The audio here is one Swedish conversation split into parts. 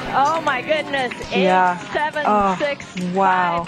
Oh my goodness. 8, 7, 6, 5, 4,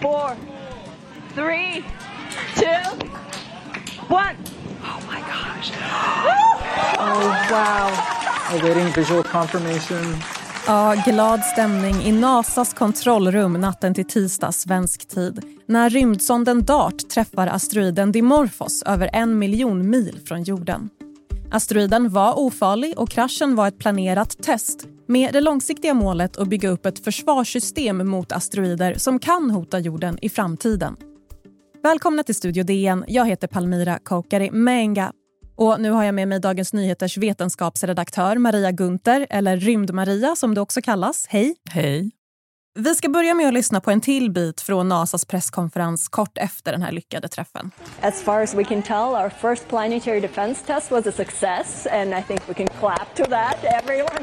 3, 2, 1. Oh my gosh. Oh wow. Awaiting visual confirmation. Ja, glad stämning i NASAs kontrollrum natten till tisdag svensk tid när rymdsonden DART träffar asteroiden Dimorphos över 1 miljon mil från jorden. Asteroiden var ofarlig och kraschen var ett planerat test med det långsiktiga målet att bygga upp ett försvarssystem mot asteroider som kan hota jorden i framtiden. Välkomna till Studio DN, jag heter Palmira Kokari Menga. Och nu har jag med mig Dagens Nyheters vetenskapsredaktör Maria Gunther, eller Rymd-Maria som det också kallas. Hej! Hej! Vi ska börja med att lyssna på en till bit från NASAs presskonferens kort efter den här lyckade träffen. As far as we can tell, our first planetary defense test was a success, and I think we can clap to that, everyone.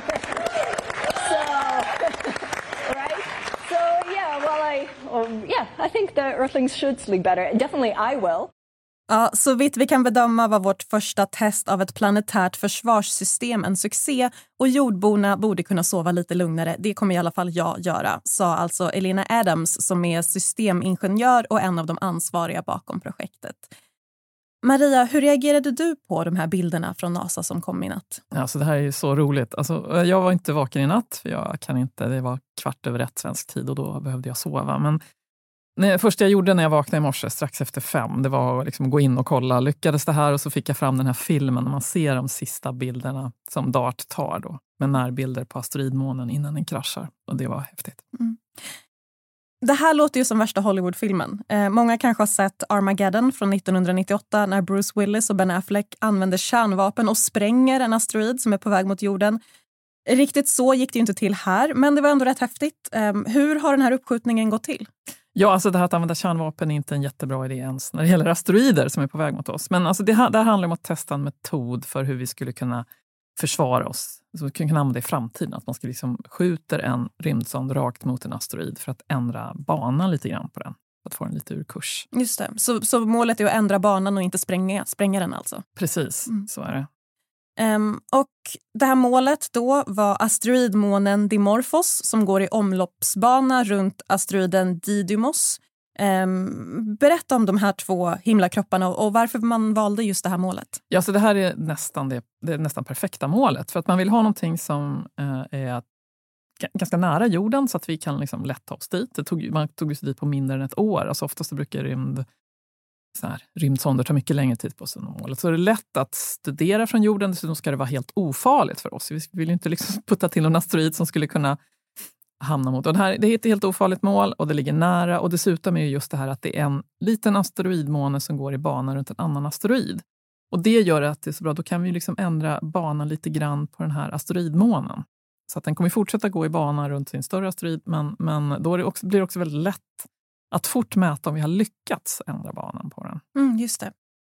I think the Earthlings should sleep better. Definitely I will. Ja, så vitt vi kan bedöma var vårt första test av ett planetärt försvarssystem en succé och jordborna borde kunna sova lite lugnare. Det kommer i alla fall jag göra, sa alltså Elena Adams som är systemingenjör och en av de ansvariga bakom projektet. Maria, hur reagerade du på de här bilderna från NASA som kom i natt? Alltså det här är ju så roligt. Alltså, jag var inte vaken i natt, för jag kan inte. Det var 1:15 svensk tid och då behövde jag sova. Men det första jag gjorde när jag vaknade i morse strax efter 5, det var liksom gå in och kolla. Lyckades det här? Och så fick jag fram den här filmen när man ser de sista bilderna som DART tar då. Med närbilder på asteroidmånen innan den kraschar. Och det var häftigt. Mm. Det här låter ju som värsta Hollywoodfilmen. Många kanske har sett Armageddon från 1998 när Bruce Willis och Ben Affleck använder kärnvapen och spränger en asteroid som är på väg mot jorden. Riktigt så gick det ju inte till här, men det var ändå rätt häftigt. Hur har den här uppskjutningen gått till? Ja, alltså det här att använda kärnvapen är inte en jättebra idé ens när det gäller asteroider som är på väg mot oss. Men alltså det här handlar om att testa en metod för hur vi skulle kunna försvara oss. Så vi kan använda det i framtiden. Att man ska liksom skjuter en rymdsond rakt mot en asteroid för att ändra banan lite grann på den. För att få den lite ur kurs. Just det. Så målet är att ändra banan och inte spränga den alltså? Precis, så är det. Och det här målet då var asteroidmånen Dimorphos som går i omloppsbana runt asteroiden Didymos. Berätta om de här två himlakropparna och varför man valde just det här målet. Ja, så det här är nästan perfekta målet. För att man vill ha någonting som är ganska nära jorden så att vi kan liksom lätt ta oss dit. Man tog sig dit på mindre än ett år. Alltså oftast brukar rymdsonder tar mycket längre tid på sig än målet. Så det är lätt att studera från jorden. Dessutom ska det vara helt ofarligt för oss. Vi vill ju inte liksom putta till en asteroid som skulle kunna hamna mot. Och det är ett helt ofarligt mål och det ligger nära. Och dessutom är det just det här att det är en liten asteroidmåne som går i banan runt en annan asteroid. Och det gör att det är så bra. Då kan vi liksom ändra banan lite grann på den här asteroidmånen. Så att den kommer fortsätta gå i banan runt sin större asteroid. Men då blir det också väldigt lätt att fort mäta om vi har lyckats ändra banan på den. Just det.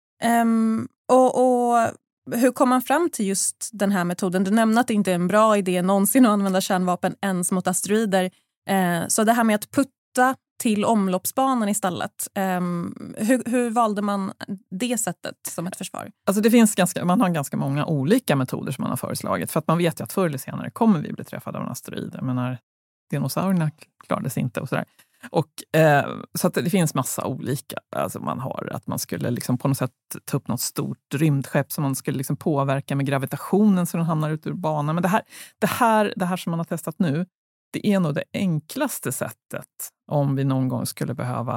Och hur kom man fram till just den här metoden? Du nämnde att det inte är en bra idé någonsin att använda kärnvapen ens mot asteroider. Så det här med att putta till omloppsbanan istället. Hur valde man det sättet som ett försvar? Alltså man har ganska många olika metoder som man har föreslagit. För att man vet ju att förr eller senare kommer vi bli träffade av en asteroid. Jag menar, dinosaurierna klarades inte och sådär. Och så att det finns massa olika, alltså man har att man skulle liksom på något sätt ta upp något stort rymdskepp som man skulle liksom påverka med gravitationen så den hamnar ut ur banan. Men det här som man har testat nu, det är nog det enklaste sättet om vi någon gång skulle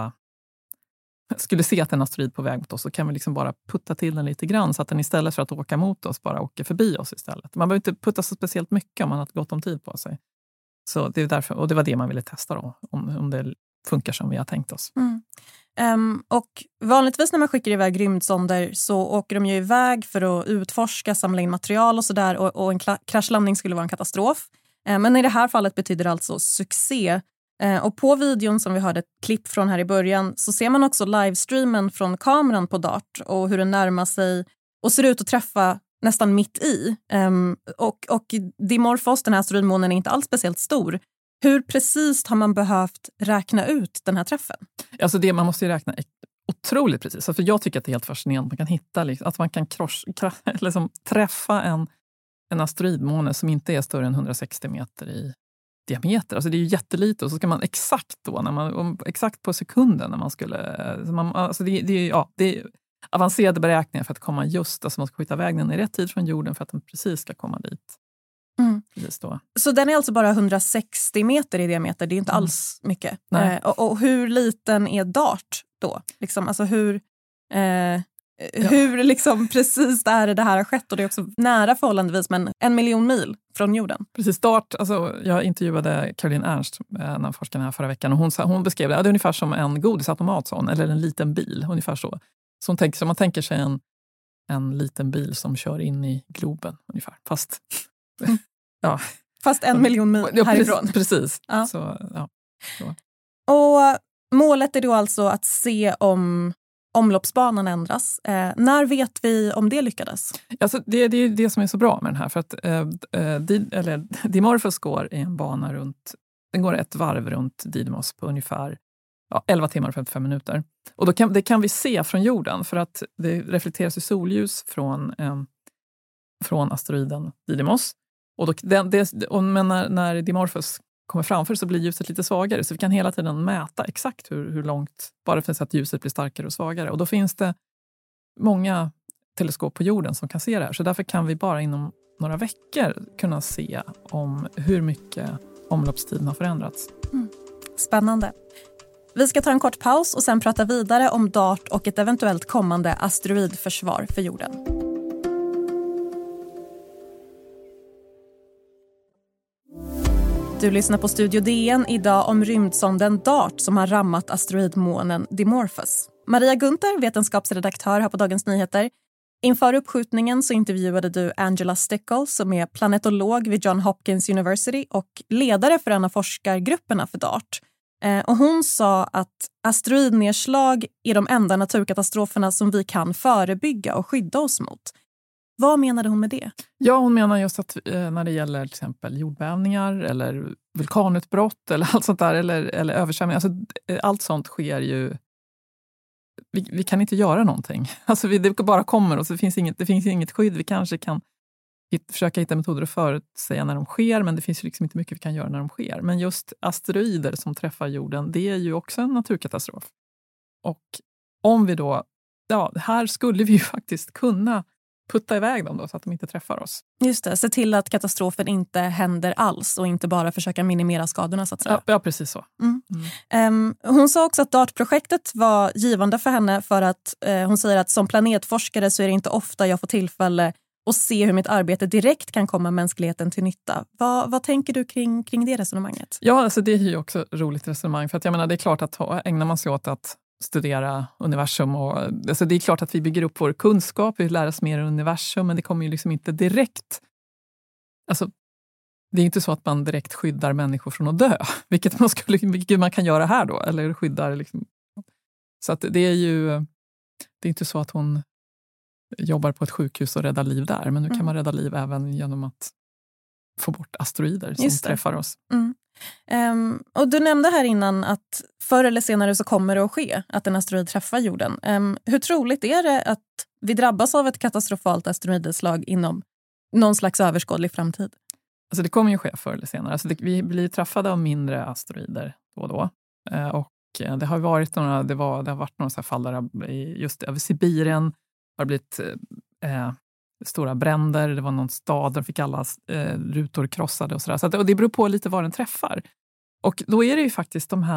se att en asteroid på väg mot oss, så kan vi liksom bara putta till den lite grann så att den istället för att åka mot oss bara åker förbi oss istället. Man behöver inte putta så speciellt mycket om man har gott om tid på sig. Så det är därför, och det var det man ville testa då, om det funkar som vi har tänkt oss. Och vanligtvis när man skickar iväg rymdsonder så åker de ju iväg för att utforska, samla in material och sådär, och en kraschlandning skulle vara en katastrof. Men i det här fallet betyder det alltså succé. Och på videon som vi hörde ett klipp från här i början så ser man också livestreamen från kameran på DART och hur den närmar sig och ser ut att träffa nästan mitt i. Och Dimorphos, den här asteroidmånen, är inte alls speciellt stor. Hur precis har man behövt räkna ut den här träffen? Alltså man måste ju räkna otroligt precis. För jag tycker att det är helt fascinerande att man kan hitta, att man kan träffa en asteroidmåne som inte är större än 160 meter diameter. Alltså det är ju jättelite och så ska man exakt då, exakt på sekunden när man skulle... Alltså det är avancerade beräkningar för att komma just, alltså man ska skjuta iväg den i rätt tid från jorden för att den precis ska komma dit. Precis då. Så den är alltså bara 160 meter i diameter, det är inte alls mycket. Och hur liten är DART då? Liksom, alltså hur liksom precis är det här har skett, och det är också nära förhållandevis, men 1 miljon mil från jorden. Precis, DART, alltså jag intervjuade Caroline Ernst, en av forskarna här förra veckan, och hon beskrev det är ungefär som en godisautomat, eller en liten bil, ungefär så. Så man tänker sig en liten bil som kör in i Globen ungefär, fast fast 1 miljon mil härifrån. Precis. Ja. Så. Och målet är då alltså att se om omloppsbanan ändras. När vet vi om det lyckades? Alltså det är det som är så bra med den här, för att Dimorphos går i en bana den går ett varv runt Didymos på ungefär 11 timmar och 55 minuter. Och det kan vi se från jorden, för att det reflekteras i solljus från asteroiden Didymos. Men när Dimorphos kommer framför så blir ljuset lite svagare, så vi kan hela tiden mäta exakt hur långt, bara för att ljuset blir starkare och svagare. Och då finns det många teleskop på jorden som kan se det här, så därför kan vi bara inom några veckor kunna se om hur mycket omloppstiden har förändrats. Spännande. Vi ska ta en kort paus och sen prata vidare om DART och ett eventuellt kommande asteroidförsvar för jorden. Du lyssnar på Studio DN idag om rymdsonden DART som har rammat asteroidmånen Dimorphos. Maria Gunther, vetenskapsredaktör här på Dagens Nyheter. Inför uppskjutningen så intervjuade du Angela Stickle som är planetolog vid Johns Hopkins University och ledare för en av forskargrupperna för DART. Och hon sa att asteroidnedslag är de enda naturkatastroferna som vi kan förebygga och skydda oss mot. Vad menade hon med det? Ja, hon menar just att när det gäller till exempel jordbävningar eller vulkanutbrott eller allt sånt där, eller översvämningar, alltså allt sånt sker ju. Vi kan inte göra någonting. Alltså det bara kommer, och så det finns inget skydd. Vi kanske kan försöka hitta metoder att förutsäga när de sker, men det finns ju liksom inte mycket vi kan göra när de sker. Men just asteroider som träffar jorden, det är ju också en naturkatastrof. Och om vi då, här skulle vi ju faktiskt kunna putta iväg dem då, så att de inte träffar oss. Just det, se till att katastrofen inte händer alls och inte bara försöka minimera skadorna så att säga. Ja, precis så. Hon sa också att DART-projektet var givande för henne för att hon säger att som planetforskare så är det inte ofta jag får tillfälle att se hur mitt arbete direkt kan komma mänskligheten till nytta. Vad tänker du kring det resonemanget? Ja, alltså det är ju också ett roligt resonemang, för att jag menar, det är klart att ägnar man sig åt att studera universum, och alltså det är klart att vi bygger upp vår kunskap, vi lär oss mer om universum, men det kommer ju liksom inte direkt, alltså det är inte så att man direkt skyddar människor från att dö, vilket man kan göra här då, eller skyddar liksom. Så att det är inte så att hon jobbar på ett sjukhus och räddar liv där, men nu kan man rädda liv även genom att få bort asteroider som träffar oss. Och du nämnde här innan att förr eller senare så kommer det att ske att en asteroid träffar jorden. Hur troligt är det att vi drabbas av ett katastrofalt asteroidslag inom någon slags överskådlig framtid? Alltså det kommer ju ske förr eller senare. Alltså vi blir träffade av mindre asteroider då och då. Och det har varit några så här fall där just över Sibirien har det blivit stora bränder. Det var någon stad där fick alla rutor krossade och sådär. Och det beror på lite vad den träffar. Och då är det ju faktiskt den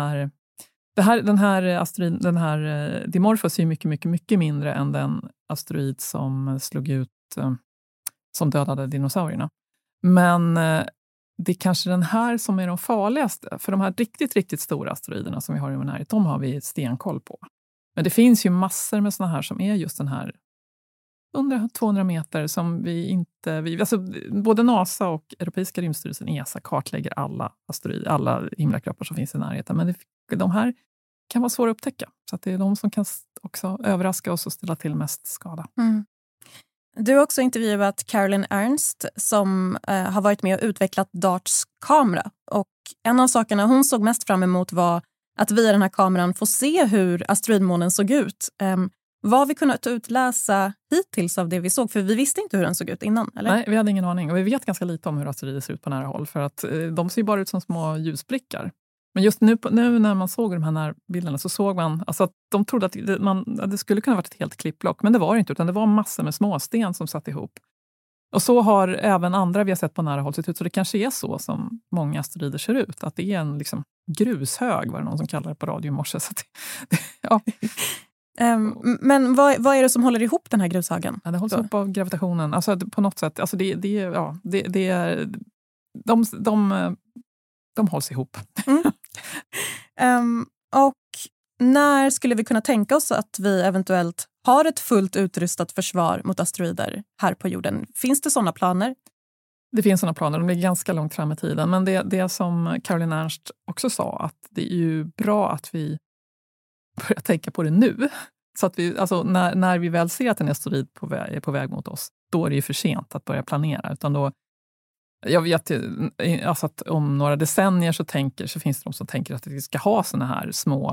här Dimorphos är ju mycket, mycket, mycket mindre än den asteroid som slog ut, som dödade dinosaurierna. Men det är kanske den här som är de farligaste. För de här riktigt, riktigt stora asteroiderna som vi har i vår närhet, de har vi stenkoll på. Men det finns ju massor med såna här som är just den här 100-200 meter som alltså både NASA och Europeiska rymdstyrelsen ESA kartlägger alla asteroider, alla himlakroppar som finns i närheten. Men de här kan vara svåra att upptäcka. Så att det är de som kan också överraska oss och ställa till mest skada. Du har också intervjuat Caroline Ernst som har varit med och utvecklat DARTs kamera. Och en av sakerna hon såg mest fram emot var att via den här kameran få se hur asteroidmånen såg ut. Vad har vi kunnat utläsa hittills av det vi såg? För vi visste inte hur den såg ut innan, eller? Nej, vi hade ingen aning. Och vi vet ganska lite om hur asteroider ser ut på nära håll. För att de ser bara ut som små ljusblickar. Men just nu när man såg de här närbilderna så såg man alltså att de trodde att det skulle kunna vara ett helt klippblock. Men det var det inte, utan det var massor med småsten som satt ihop. Och så har även andra vi har sett på nära håll sett ut. Så det kanske är så som många asteroider ser ut. Att det är en liksom, grushög, var det någon som kallade det på radio i morse. Så ja. Men vad är det som håller ihop den här grushögen? Ja, det hålls ihop av gravitationen. Alltså på något sätt. Alltså de hålls ihop. Och när skulle vi kunna tänka oss att vi eventuellt har ett fullt utrustat försvar mot asteroider här på jorden? Finns det sådana planer? Det finns sådana planer, de är ganska långt fram i tiden. Men det som Caroline Ernst också sa, att det är ju bra att vi börjar tänka på det nu. Så att vi, alltså när vi väl ser att en asteroid är på väg mot oss, då är det ju för sent att börja planera. Utan då, jag vet alltså att om några decennier så finns det de som tänker att vi ska ha såna här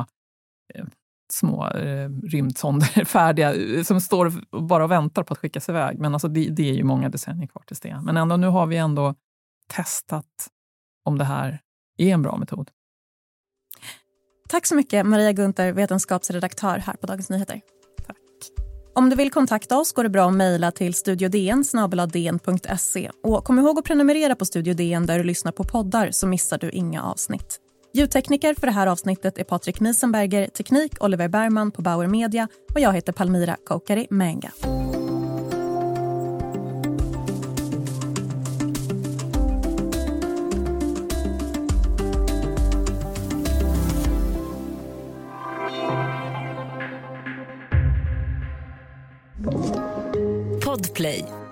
små rymdsonder färdiga som står bara och väntar på att skickas iväg. Men alltså det är ju många decennier kvar till det. Men ändå, nu har vi ändå testat om det här är en bra metod. Tack så mycket Maria Gunther, vetenskapsredaktör här på Dagens Nyheter. Tack. Om du vill kontakta oss går det bra att mejla till studiodn@dn.se. Och kom ihåg att prenumerera på Studio DN där du lyssnar på poddar så missar du inga avsnitt. Ljudtekniker för det här avsnittet är Patrik Miesenberger, teknik Oliver Bergman på Bauer Media och jag heter Palmira Kokari Menga. Podplay.